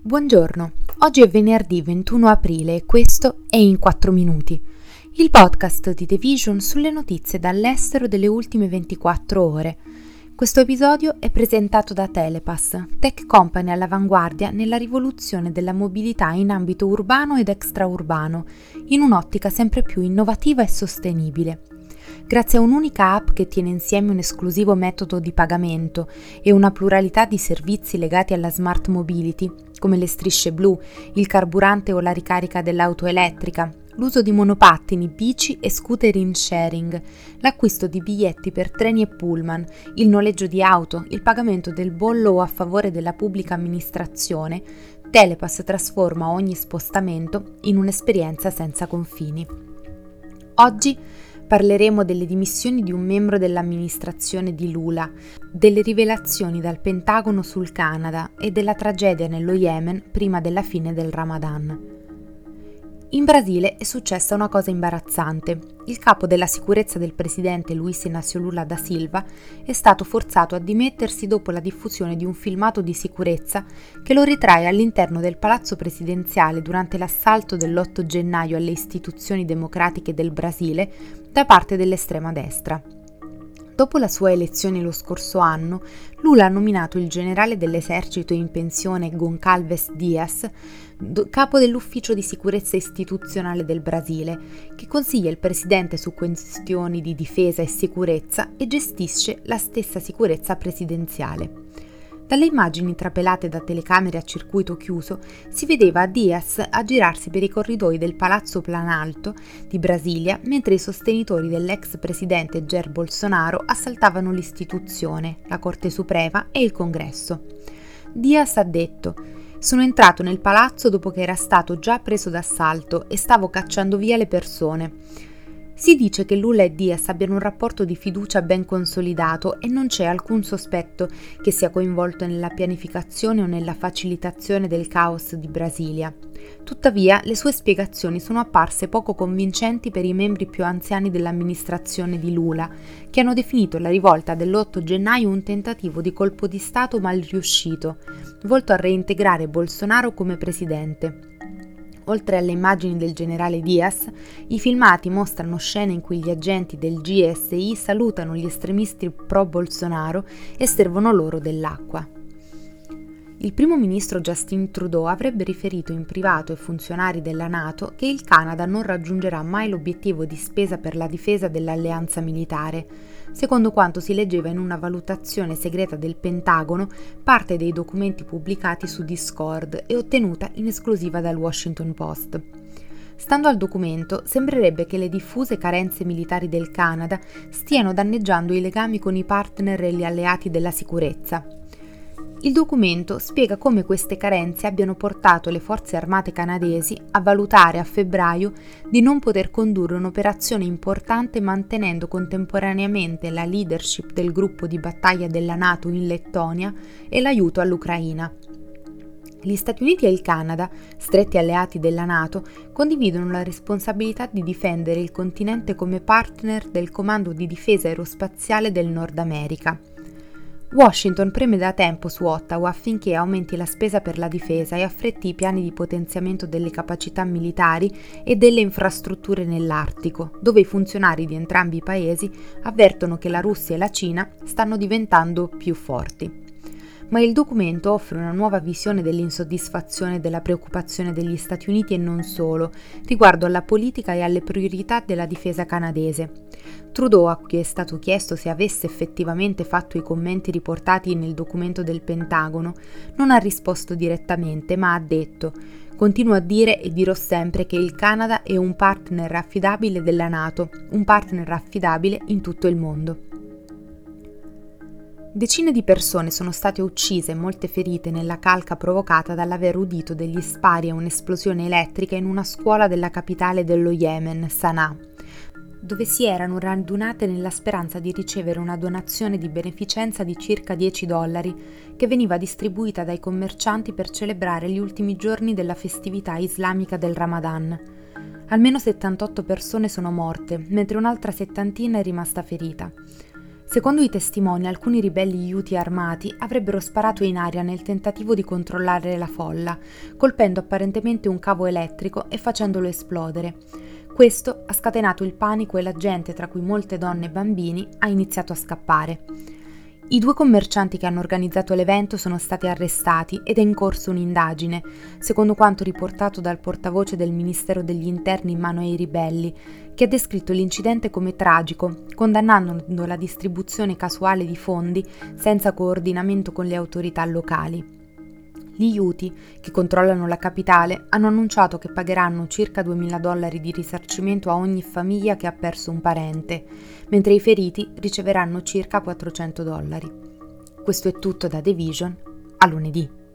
Buongiorno, oggi è venerdì 21 aprile e questo è In 4 Minuti, il podcast di The Vision sulle notizie dall'estero delle ultime 24 ore. Questo episodio è presentato da Telepass, tech company all'avanguardia nella rivoluzione della mobilità in ambito urbano ed extraurbano, in un'ottica sempre più innovativa e sostenibile. Grazie a un'unica app che tiene insieme un esclusivo metodo di pagamento e una pluralità di servizi legati alla smart mobility, come le strisce blu, il carburante o la ricarica dell'auto elettrica, l'uso di monopattini, bici e scooter in sharing, l'acquisto di biglietti per treni e pullman, il noleggio di auto, il pagamento del bollo a favore della pubblica amministrazione, Telepass trasforma ogni spostamento in un'esperienza senza confini. Oggi parleremo delle dimissioni di un membro dell'amministrazione di Lula, delle rivelazioni dal Pentagono sul Canada e della tragedia nello Yemen prima della fine del Ramadan. In Brasile è successa una cosa imbarazzante. Il capo della sicurezza del presidente Luiz Inácio Lula da Silva è stato forzato a dimettersi dopo la diffusione di un filmato di sicurezza che lo ritrae all'interno del palazzo presidenziale durante l'assalto dell'8 gennaio alle istituzioni democratiche del Brasile da parte dell'estrema destra. Dopo la sua elezione lo scorso anno, Lula ha nominato il generale dell'esercito in pensione Goncalves Dias capo dell'ufficio di sicurezza istituzionale del Brasile, che consiglia il presidente su questioni di difesa e sicurezza e gestisce la stessa sicurezza presidenziale. Dalle immagini trapelate da telecamere a circuito chiuso si vedeva Dias aggirarsi per i corridoi del Palazzo Planalto di Brasilia mentre i sostenitori dell'ex presidente Jair Bolsonaro assaltavano l'istituzione, la Corte Suprema e il Congresso. Dias ha detto: "Sono entrato nel palazzo dopo che era stato già preso d'assalto e stavo cacciando via le persone." Si dice che Lula e Dias abbiano un rapporto di fiducia ben consolidato e non c'è alcun sospetto che sia coinvolto nella pianificazione o nella facilitazione del caos di Brasilia. Tuttavia, le sue spiegazioni sono apparse poco convincenti per i membri più anziani dell'amministrazione di Lula, che hanno definito la rivolta dell'8 gennaio un tentativo di colpo di Stato mal riuscito, volto a reintegrare Bolsonaro come presidente. Oltre alle immagini del generale Dias, i filmati mostrano scene in cui gli agenti del GSI salutano gli estremisti pro-Bolsonaro e servono loro dell'acqua. Il primo ministro Justin Trudeau avrebbe riferito in privato ai funzionari della NATO che il Canada non raggiungerà mai l'obiettivo di spesa per la difesa dell'alleanza militare, secondo quanto si leggeva in una valutazione segreta del Pentagono, parte dei documenti pubblicati su Discord e ottenuta in esclusiva dal Washington Post. Stando al documento, sembrerebbe che le diffuse carenze militari del Canada stiano danneggiando i legami con i partner e gli alleati della sicurezza. Il documento spiega come queste carenze abbiano portato le forze armate canadesi a valutare a febbraio di non poter condurre un'operazione importante mantenendo contemporaneamente la leadership del gruppo di battaglia della NATO in Lettonia e l'aiuto all'Ucraina. Gli Stati Uniti e il Canada, stretti alleati della NATO, condividono la responsabilità di difendere il continente come partner del Comando di Difesa Aerospaziale del Nord America. Washington preme da tempo su Ottawa affinché aumenti la spesa per la difesa e affretti i piani di potenziamento delle capacità militari e delle infrastrutture nell'Artico, dove i funzionari di entrambi i paesi avvertono che la Russia e la Cina stanno diventando più forti. Ma il documento offre una nuova visione dell'insoddisfazione e della preoccupazione degli Stati Uniti e non solo, riguardo alla politica e alle priorità della difesa canadese. Trudeau, a cui è stato chiesto se avesse effettivamente fatto i commenti riportati nel documento del Pentagono, non ha risposto direttamente, ma ha detto: "Continuo a dire e dirò sempre che il Canada è un partner affidabile della NATO, un partner affidabile in tutto il mondo." Decine di persone sono state uccise e molte ferite nella calca provocata dall'aver udito degli spari e un'esplosione elettrica in una scuola della capitale dello Yemen, Sana'a, dove si erano radunate nella speranza di ricevere una donazione di beneficenza di circa $10 che veniva distribuita dai commercianti per celebrare gli ultimi giorni della festività islamica del Ramadan. Almeno 78 persone sono morte, mentre un'altra settantina è rimasta ferita. Secondo i testimoni, alcuni ribelli Houthi armati avrebbero sparato in aria nel tentativo di controllare la folla, colpendo apparentemente un cavo elettrico e facendolo esplodere. Questo ha scatenato il panico e la gente, tra cui molte donne e bambini, ha iniziato a scappare. I 2 commercianti che hanno organizzato l'evento sono stati arrestati ed è in corso un'indagine, secondo quanto riportato dal portavoce del Ministero degli Interni in mano ai ribelli, che ha descritto l'incidente come tragico, condannando la distribuzione casuale di fondi senza coordinamento con le autorità locali. Gli Houthi, che controllano la capitale, hanno annunciato che pagheranno circa $2.000 di risarcimento a ogni famiglia che ha perso un parente, mentre i feriti riceveranno circa $400. Questo è tutto da The Vision, a lunedì.